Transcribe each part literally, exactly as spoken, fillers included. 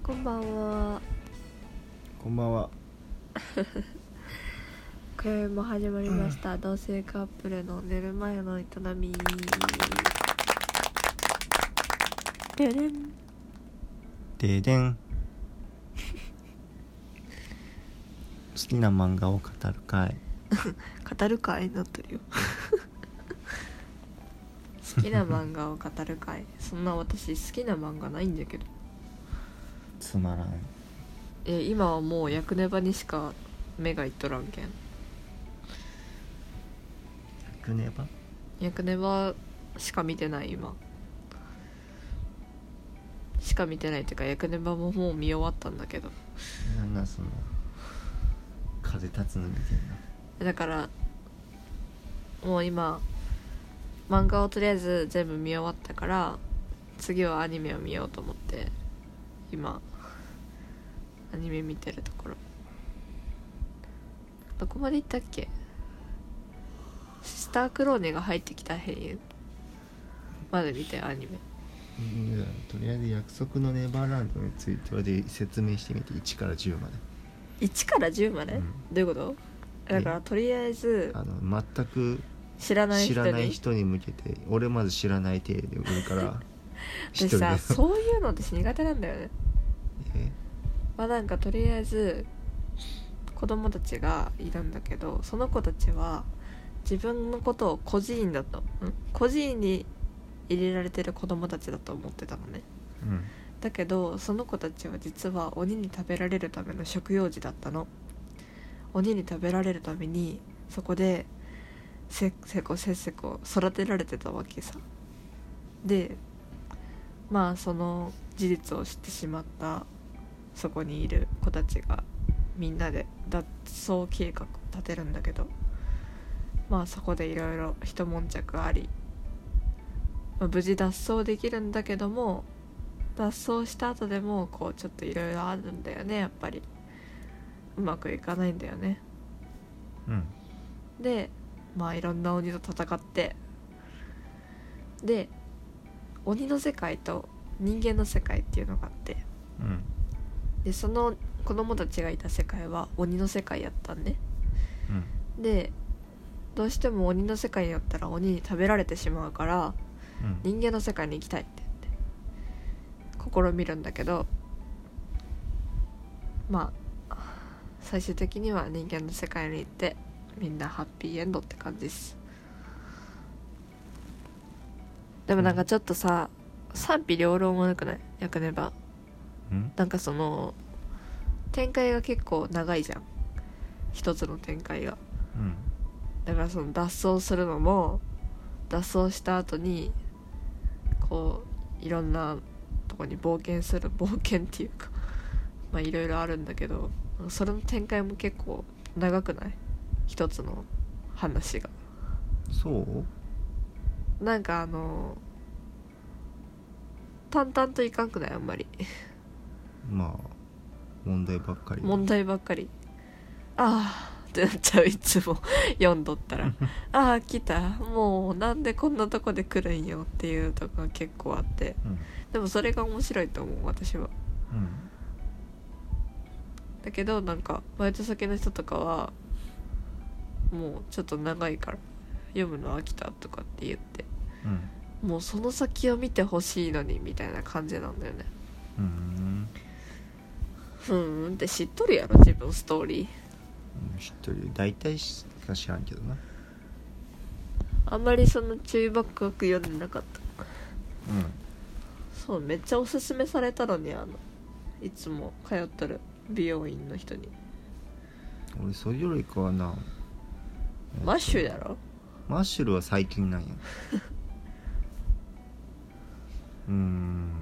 こんばんは。 こんばんは。 今宵も始まりました、うん、同性カップルの寝る前の営み。ででんででん好きな漫画を語る会語る会になってるよ好きな漫画を語る会そんな私好きな漫画ないんだけど。 つまらん。 え今はもうヤクネバにしか目がいっとらんけん。 ヤクネバヤクネバしか見てない。今しか見てないっていうかヤクネバももう見終わったんだけど。 なんだその風立つのみたいな。 だからもう今漫画をとりあえず全部見終わったから次はアニメを見ようと思って今アニメ見てるところ。どこまで行ったっけ。スタークローネが入ってきた編まで見てアニメ。 いやとりあえず約束のネバーランドについてはで説明してみて。いちからじゅうまで。 いちからじゅうまで、うん、どういうこと。だからとりあえずあの全く知らない人に知らない人に向けて俺まず知らない体で売るから私さそういうの私苦手なんだよね。 えまあなんかとりあえず子供たちがいるんだけどその子たちは自分のことを孤児院だと、ん孤児院に入れられてる子供たちだと思ってたのね、 うん、 だけどその子たちは実は鬼に食べられるための食用児だったの。鬼に食べられるためにそこでせせこせっせこ育てられてたわけさ。でまあその事実を知ってしまったそこにいる子たちがみんなで脱走計画を立てるんだけど、まあそこでいろいろ一悶着あり、まあ、無事脱走できるんだけども脱走した後でもこうちょっといろいろあるんだよね。やっぱりうまくいかないんだよね、 うん、 でまあいろんな鬼と戦ってで鬼の世界と人間の世界っていうのがあって、 うん、 でその子供たちがいた世界は鬼の世界やったんね、うん、でどうしても鬼の世界によったら鬼に食べられてしまうから、うん、人間の世界に行きたいって言って試みるんだけど、まあ最終的には人間の世界に行ってみんなハッピーエンドって感じです。でもなんかちょっとさ、うん、賛否両論もなくない。ヤクネバ、うん、なんかその展開が結構長いじゃん、一つの展開が、うん、だからその脱走するのも脱走した後にこういろんなとこに冒険する冒険っていうかまあいろいろあるんだけどそれの展開も結構長くない、一つの話が。 そうなんかあの淡々といかんくないあんまりまあ問題ばっかり問題ばっかりあーってなっちゃういつも読んどったらあー来たもうなんでこんなとこで来るんよっていうとこが結構あって、うん、でもそれが面白いと思う私は、うん、だけどなんかバイト先の人とかはもうちょっと長いから読むの飽きたとかって言って、うん、もうその先を見てほしいのにみたいな感じなんだよね。うーんふーんって知っとるやろ自分ストーリー、 うん、知っとるよ大体しか知らんけどな。 あんまりその注意深く読んでなかった。うんそうめっちゃおすすめされたのにあのいつも通っとる美容院の人に。 俺それよりかはなマッシュやろ。 マッシュルは最近なんやうーん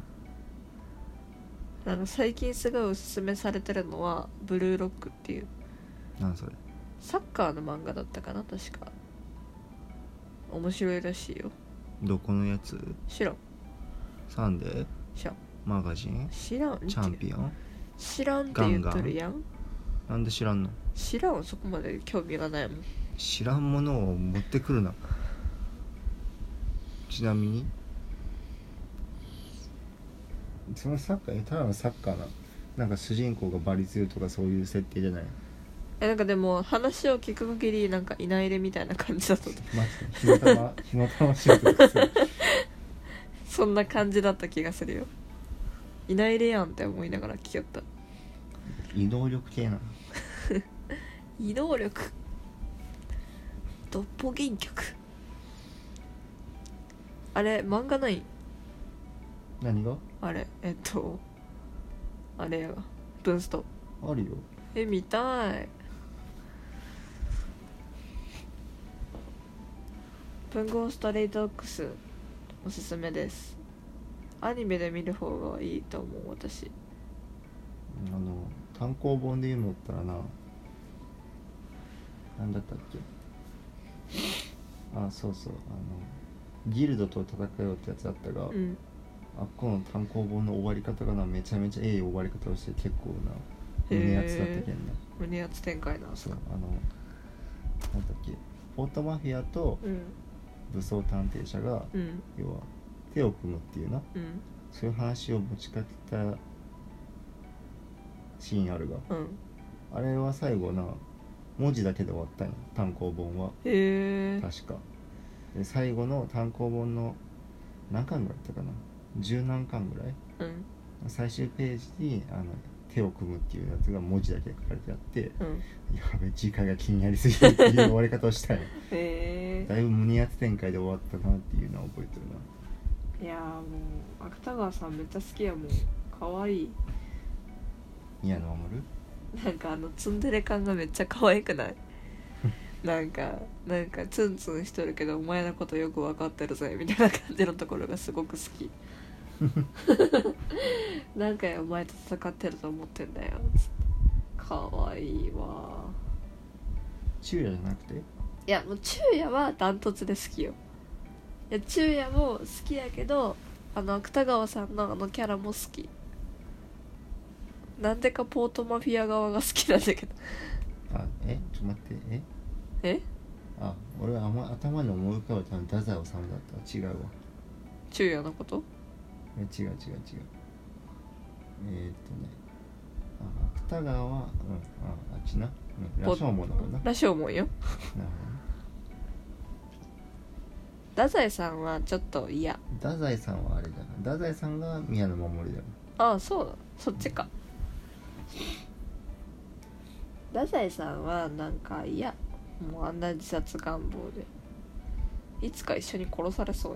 あの最近すごいおすすめされてるのはブルーロックっていうなんそれサッカーの漫画だったかな確か。面白いらしいよ。 どこのやつ知らん。 サンデー知らんマガジン知らんチャンピオン知らんって言っとるやん。 なんで知らんの。 知らんそこまで興味がないもん。 知らんものを持ってくるな。ちなみにそのサッカーただのサッカーななんか主人公がバリ強いとかそういう設定じゃない？ えなんかでも話を聞く限りなんかいないでみたいな感じだったマジで火の玉火の玉仕事とかするそんな感じだった気がするよ。いないでやんって思いながら聞きよった。 移動力系な移動力ドッポギン曲あれ漫画ない？ 何が？ あれえっとあれやがブンストあるよ。 え見たい。文豪ストレイトオックスおすすめです。アニメで見る方がいいと思う私。 あの単行本で言うのったらな何だったっけあそうそうあのギルドと戦うってやつだったが、 うん、 あっこの単行本の終わり方がなめちゃめちゃええ終わり方をして結構な胸熱だったけんな。 胸熱展開なんすか。 あのなんだっけポートマフィアと武装探偵社が、 うん、 要は手を組むっていうな、 うん、 そういう話を持ちかけたシーンあるが、 うん、 あれは最後な文字だけで終わったんや単行本は。 へえ。 確かで最後の単行本の何巻ぐらいだったかな十何巻ぐらい、 うん、 最終ページにあの手を組むっていうやつが文字だけ書かれてあって、 うん、 やべ次回が気になりすぎるっていう終わり方をしたんやへえ。 だいぶ胸熱展開で終わったなっていうのは覚えてるな。 いやーもう芥川さんめっちゃ好きやもん。かわいい。 宮野真守なんかあのツンデレ感がめっちゃ可愛くないなんかなんかツンツンしとるけどお前のことよく分かってるぜみたいな感じのところがすごく好きなんかお前と戦ってると思ってんだよつってかわいいわ。 昼夜じゃなくて？ いやもう昼夜はダントツで好きよ。いや昼夜も好きやけどあの芥川さんのあのキャラも好き。なんでかポートマフィア側が好きなんだけどあえちょっと待ってええあ俺はあんま頭に思い浮かべたの太宰治だった違うわ。 昼夜のことえ違う違う違うえー、っとねあ芥川はうんああっちな、うん、羅生門の方な。 羅生門よなるほ太宰さんはちょっと嫌。 ど太宰さんはあれだな太宰さんが宮野真守だよ。 ああそうだそっちか。太宰さんはなんか嫌。もうあんな自殺願望でいつか一緒に殺されそうや。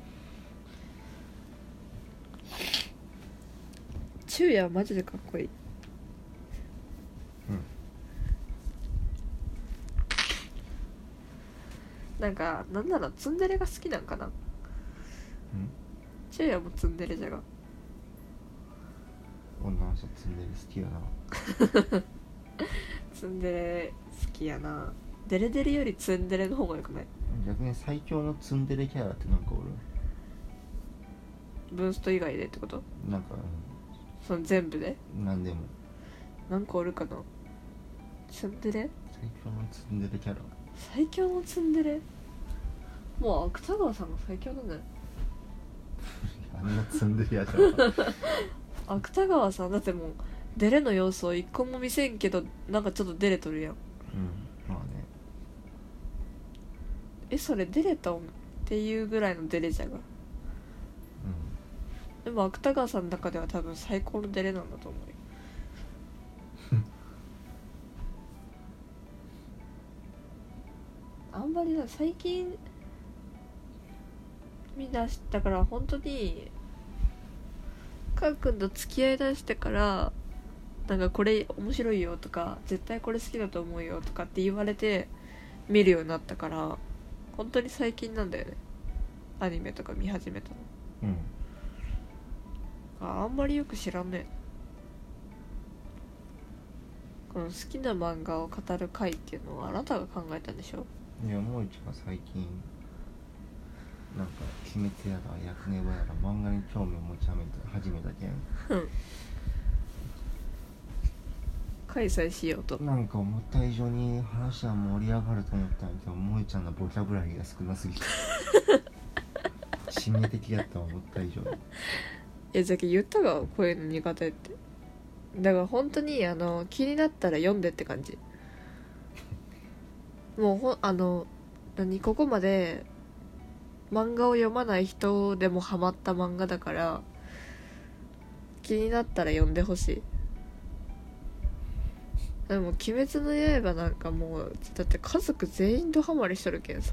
昼夜はマジでかっこいい。 うんなんかなんならツンデレが好きなんかな。 うん昼夜もツンデレじゃが女の人ツンデレ好きやなツンデレ好きやな。デレデレよりツンデレの方がよくない？ 逆に最強のツンデレキャラってなんかブースト以外でってこと？ 俺なんかその全部でなんでもなんかおるかな。ツンデレ最強のツンデレキャラ最強のツンデレもう芥川さんが最強なんだよあんなツンデレやじゃん芥川さんだってもうデレの要素を一個も見せんけどなんかちょっとデレとるやん。 うんまあねえそれデレたんっていうぐらいのデレじゃが、 うんでも芥川さんの中では多分最高のデレなんだと思うよあんまりな最近見出したから本当にかーくんと付き合いだしてからなんかこれ面白いよとか絶対これ好きだと思うよとかって言われて見るようになったから本当に最近なんだよねアニメとか見始めたの。 うんあ, あんまりよく知らんね。この好きな漫画を語る会っていうのはあなたが考えたんでしょ。 いやもう一が最近なんか鬼滅やらヤクネバやら漫画に興味を持ち始めたけんうん開催しようと。 なんか思った以上に話は盛り上がると思ったんやけど萌ちゃんのボキャブラリーが少なすぎて致命的やったわ思った以上に。 えじゃあ言ったがこういうの苦手って。だから本当にあの気になったら読んでって感じ。もうほあの何ここまで漫画を読まない人でもハマった漫画だから気になったら読んでほしい。でも「鬼滅の刃」なんかもうだって家族全員ドハマりしとるけんさ、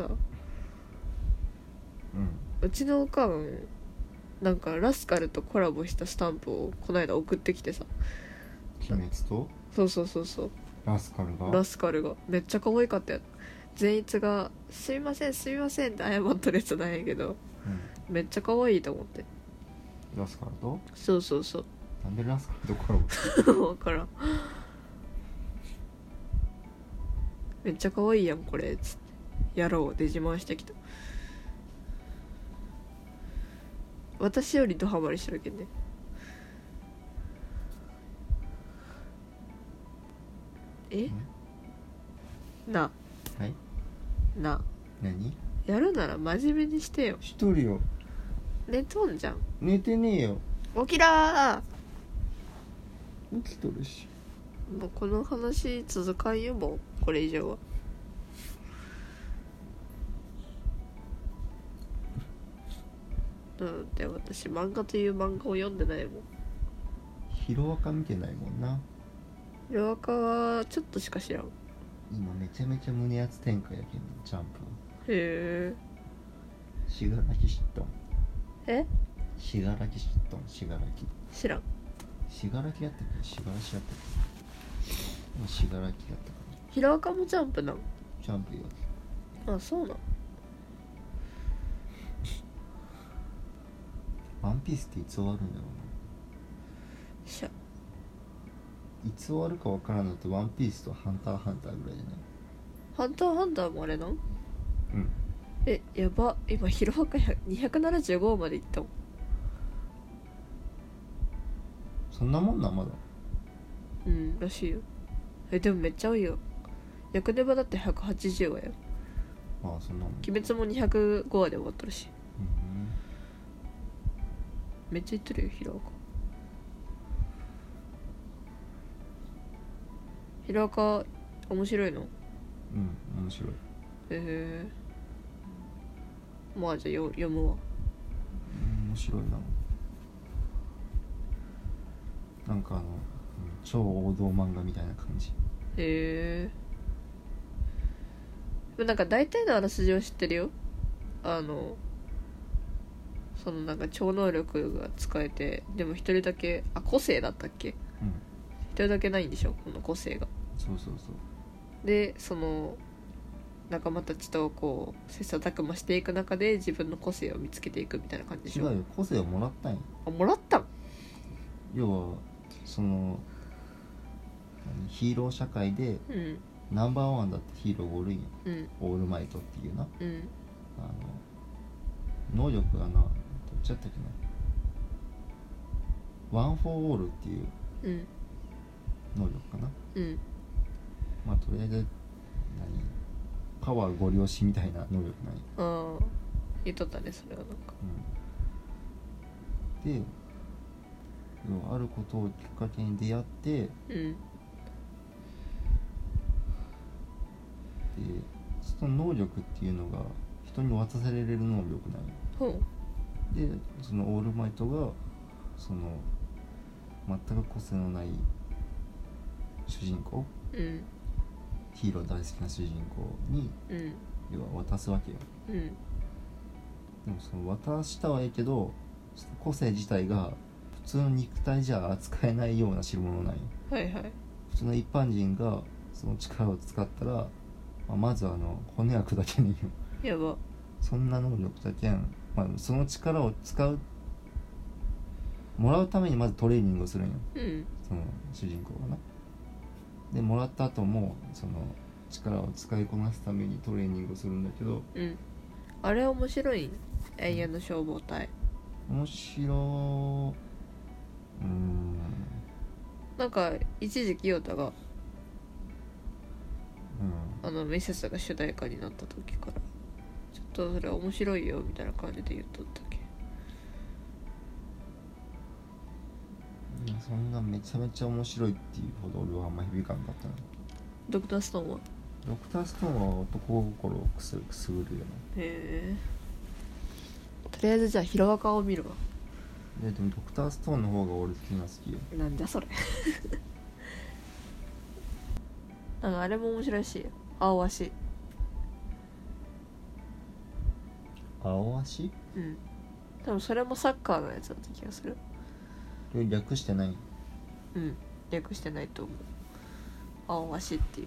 うん、 うちのおかんなんかラスカルとコラボしたスタンプをこの間送ってきてさ。 鬼滅とそうそうそうそう、 ラスカルがラスカルがめっちゃ可愛かったよ。善逸が「すいませんすいません」って謝っとるやつなんやけど、 うん、 めっちゃ可愛いと思って。 ラスカルとそうそうそうなんでラスカルとコラボしてる分からん。めっちゃ可愛いやんこれっつってやろうで自慢してきた。私よりドハマりしてるけんね。えなはいな何やるなら真面目にしてよ。 一人よ寝とんじゃん。 寝てねえよ起きら起きとるしー。もうこの話続かんよもうこれ以上は。うんで私漫画という漫画を読んでないもん。 ヒロアカ見てないもんな。 夜赤はちょっとしか知らん。へ今めちゃめちゃ胸熱展開やけんのジャンプは。 え。 しがらき知っとんえしがらき知っとんしがらき知らん。 しがらきやったっけしがらしやったっけ今しがらきやったかヒロアカもジャンプなん。 なジャンプよ。 あそうなん。 ワンピースっていつ終わるんだろうしゃないつ終わるかわからんのってワンピースとハンターハンターぐらいじゃない。 ハンターハンターもあれなん。 うんえやば今ヒロアカにひゃくななじゅうごまでいったもん。 そんなもんなまだ。 うんらしいよ。えでもめっちゃ多いよ。役ネバだってひゃくはちじゅうわよ。 ああそんなもん。 鬼滅もにひゃくごわで終わったるし。 うんめっちゃいってるよヒロアカ。ヒロアカ面白いの。 うん面白い。 へえまあじゃあよ読むわ。 うん面白いな。なんかあの、うん、超王道漫画みたいな感じ。 へえでもなんか大体のあらすじは知ってるよ。あのそのなんか超能力が使えてでも一人だけあ個性だったっけ。 うん一人だけないんでしょこの個性が。 そうそうそうでその仲間たちとこう切磋琢磨していく中で自分の個性を見つけていくみたいな感じでしょ。 違うよ個性をもらったんよ。 あもらったん。 要はその何ヒーロー社会でうんナンバーワンだったヒーローがおるんよ。 うんオールマイトっていうなうんあの能力がなどっちだったっけなワン・フォー・オールっていううん能力かな。 うんまあとりあえず何パワーご了承みたいな能力ない、 ああ言っとったねそれはなんか。 うん、で要はあることをきっかけに出会ってでうんその能力っていうのが人に渡される能力なんよ。 ほうでそのオールマイトがその全く個性のない主人公うんヒーロー大好きな主人公にうん要は渡すわけよ。 うんでもその渡したはいいけどその個性自体が普通の肉体じゃ扱えないような代物なんよ。 はいはい普通の一般人がその力を使ったら、まあ、まずあの骨は砕けねえよ。 やば。 そんな能力だけん、まあ、その力を使うもらうためにまずトレーニングをするんようんその主人公がな。でもらった後もその力を使いこなすためにトレーニングをするんだけどうんあれ面白いん永遠の消防隊。 面白うーんなんか一時期ヨタがうんあのミセスが主題歌になった時からちょっとそれ面白いよみたいな感じで言っとったっけ。 そんなめちゃめちゃ面白いっていうほど俺はあんま響かんかったな。 ドクターストーンはドクターストーンは男心をくすくすぐるよな。 へえ。とりあえずじゃあヒロアカを見るわ。 ででもドクターストーンの方が俺的には好きよ。 なんじゃそれなんかあれも面白いし、青足。 青足？ うん多分それもサッカーのやつだった気がする。 略してない？ うん略してないと思う。青足っていう、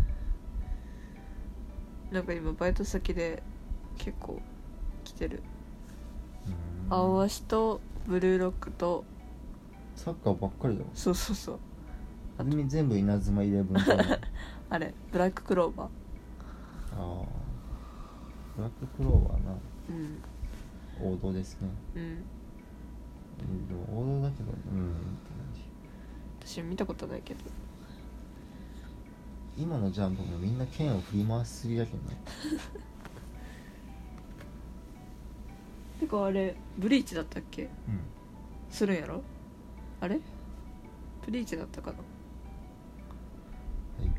なんか今バイト先で結構来てる。青足とブルーロックとサッカーばっかりだろ。 そうそうそう、 あと全部稲妻イレブンじゃないあれブラッククローバー。 ああブラッククローバーな。 うん王道ですね。 うんうんでも王道だけどうんって感じ。 私見たことないけど。 今のジャンプもみんな剣を振り回しすぎだけどねてかあれブリーチだったっけ？ うんするんやろあれブリーチだったかな。 はい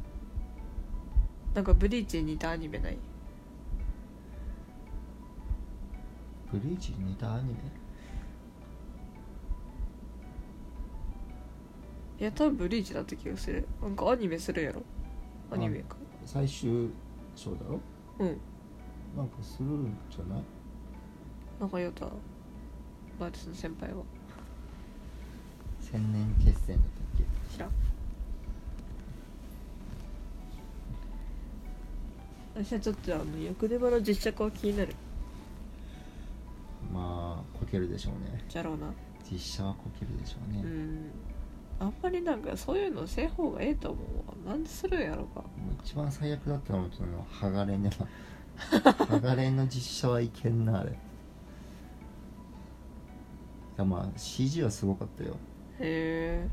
なんかブリーチに似たアニメない？ ブリーチに似たアニメ？ いや多分ブリーチだった気がする。なんかアニメするやろアニメか。 最終章だろ。 うんなんかするんじゃない？ なんか言うたバイトの先輩は千年決戦だったっけ？ 知らん。私はちょっとあの欲出場の実写化は気になる。 まあこけるでしょうね。 じゃろうな。 実写はこけるでしょうね。 うんあんまりなんかそういうのせん方がええと思うわ。なんでするんやろか。 もう一番最悪だったのはハガレンでなハガレンの実写はいけんなあれ。いやまあ シージー はすごかったよ。 へえ、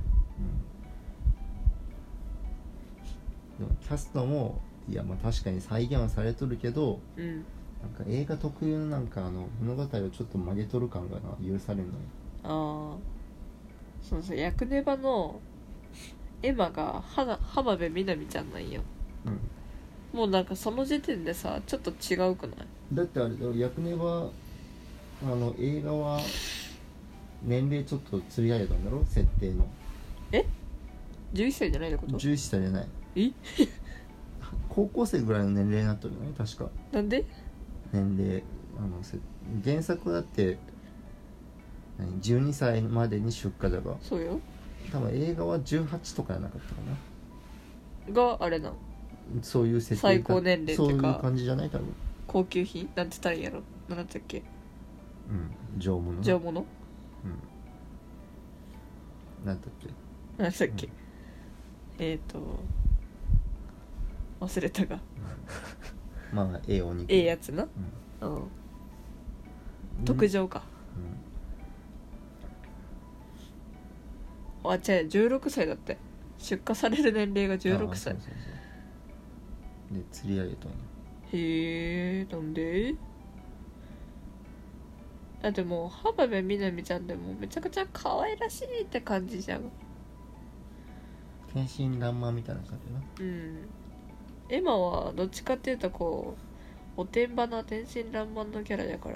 うん、でもキャストもいやまあ確かに再現はされとるけど、 うんなんか映画特有のなんかあの物語をちょっと曲げとる感がな許されるのよ。 ああそうそう、ヤクネバのエマが浜辺美波ちゃんなんよ。 うんもうなんかその時点でさちょっと違うくない？ だってあれヤクネバあの映画は年齢ちょっと釣り上げたんだろ設定の。 えじゅういっさいじゃないってこと？ じゅういっさいじゃないえ高校生ぐらいの年齢になったるよね確か。 なんで？ 年齢あのせ原作だって何じゅうにさいまでに出荷だがそうよ。 多分映画はじゅうはちとかじゃなかったかな。 があれなそういう設定最高年齢っていうかそういう感じじゃない多分。 高級品なんて言ったらいいんやろ。なんだったっけ？ うん上物上物うんなんだっけなんだっけ、うん、えっ、ー、と忘れたがまあええお肉ええやつな。うん、うん、特上か、うん、あ違うじゅうろくさいだって。出荷される年齢がじゅうろくさい。 そうそうそうで釣り上げたんや。 へえなんで？だってもう浜辺美波ちゃんでもめちゃくちゃ可愛らしいって感じじゃん。 天真爛漫みたいな感じな。 うんエマはどっちかっていうとこうおてんばな天真爛漫のキャラだから、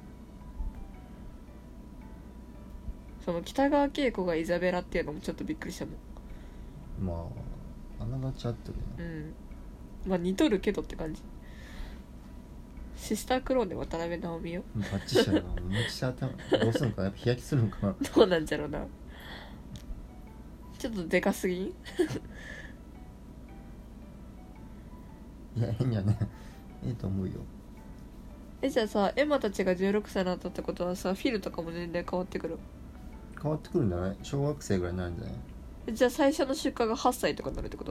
その北川景子がイザベラっていうのもちょっとびっくりしたもん。 まああながちあったけどね。 うんまあ似とるけどって感じ。シスタークローンで渡辺直美よ。 バッチシャがめっちゃ頭どうするのかな。やっぱ日焼けするのかな。 どうなんじゃろうな。ちょっとでかすぎん？ いや変やね。ええと思うよ。 えじゃあさエマたちがじゅうろくさいになったってことはさフィルとかも年齢変わってくる？ 変わってくるんじゃない？小学生ぐらいになるんじゃない？ じゃあ最初の出荷がはっさいとかになるってこと？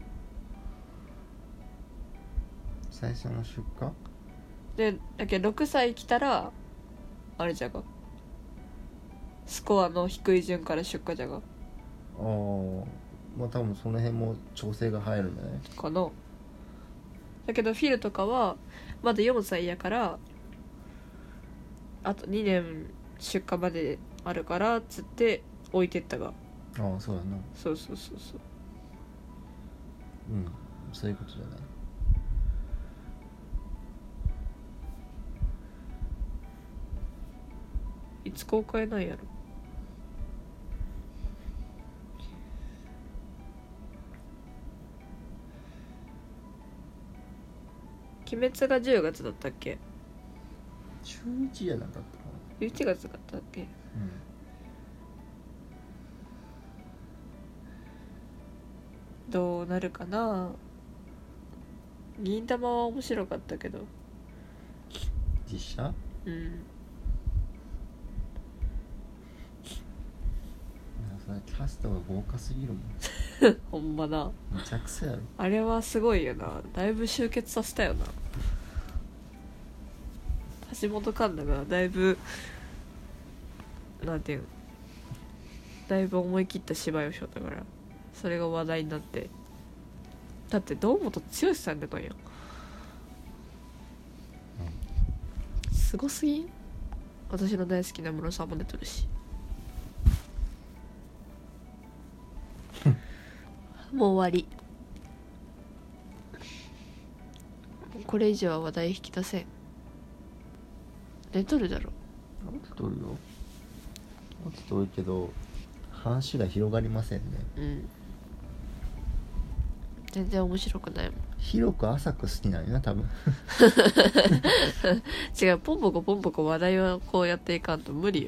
最初の出荷でだけどろくさい来たらあれじゃがスコアの低い順から出荷じゃが。ああまあ多分その辺も調整が入るんじゃないかな。だけどフィルとかはまだよんさいやからあとにねん出荷まであるからっつって置いてったが。 ああそうやな。 そうそうそうそう。 うんそういうことじゃない。 いつ公開なんやろ。鬼滅がじゅうがつだったっけ。 じゅういちじゃなかったかな。 じゅういちがつだったっけ。 うんどうなるかな。銀玉は面白かったけど。 実写うん。 それキャストが豪華すぎるもん。 ほんまな。 めちゃくちゃやろ。 あれはすごいよな。だいぶ集結させたよな。橋本環奈がだいぶなんていうの、だいぶ思い切った芝居をしよったから、それが話題になって。だって堂本剛さん出たんやん、すごすぎん。私の大好きな室さんも出てるしもう終わり。これ以上は話題引き出せん。出とるだろ。 出とるよ。出とるけど話が広がりませんね。 うん、全然面白くないもん。 広く浅く好きなんやな多分違う、ポンポコポンポコ話題はこうやっていかんと無理よ。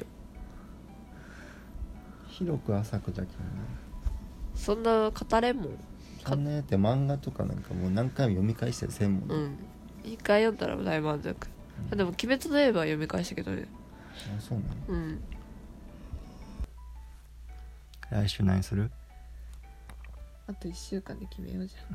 広く浅くだけどね。 そんな語れんもん。 そんなやって漫画とかなんかもう何回も読み返したりせんもんね。 うん一回読んだら大満足、うん、でも「鬼滅の刃」は読み返したけどね。 あそうなの。 うん来週何する？ あといっしゅうかんで決めようじゃん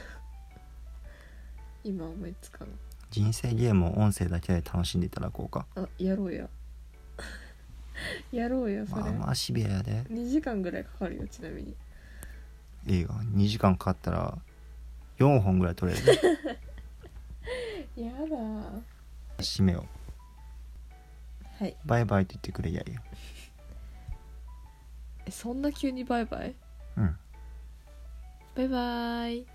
今思いつかん。 人生ゲームを音声だけで楽しんでいただこうか。 あやろうややろうやそれ。 まあまあシビアやで。 にじかんぐらいかかるよ。ちなみに映画にじかんかかったらよんほんぐらい撮れるでやだ。 締めよう。はい。 バイバイって言ってくれやいや。 えそんな急にバイバイ？ うん。 バイバイ。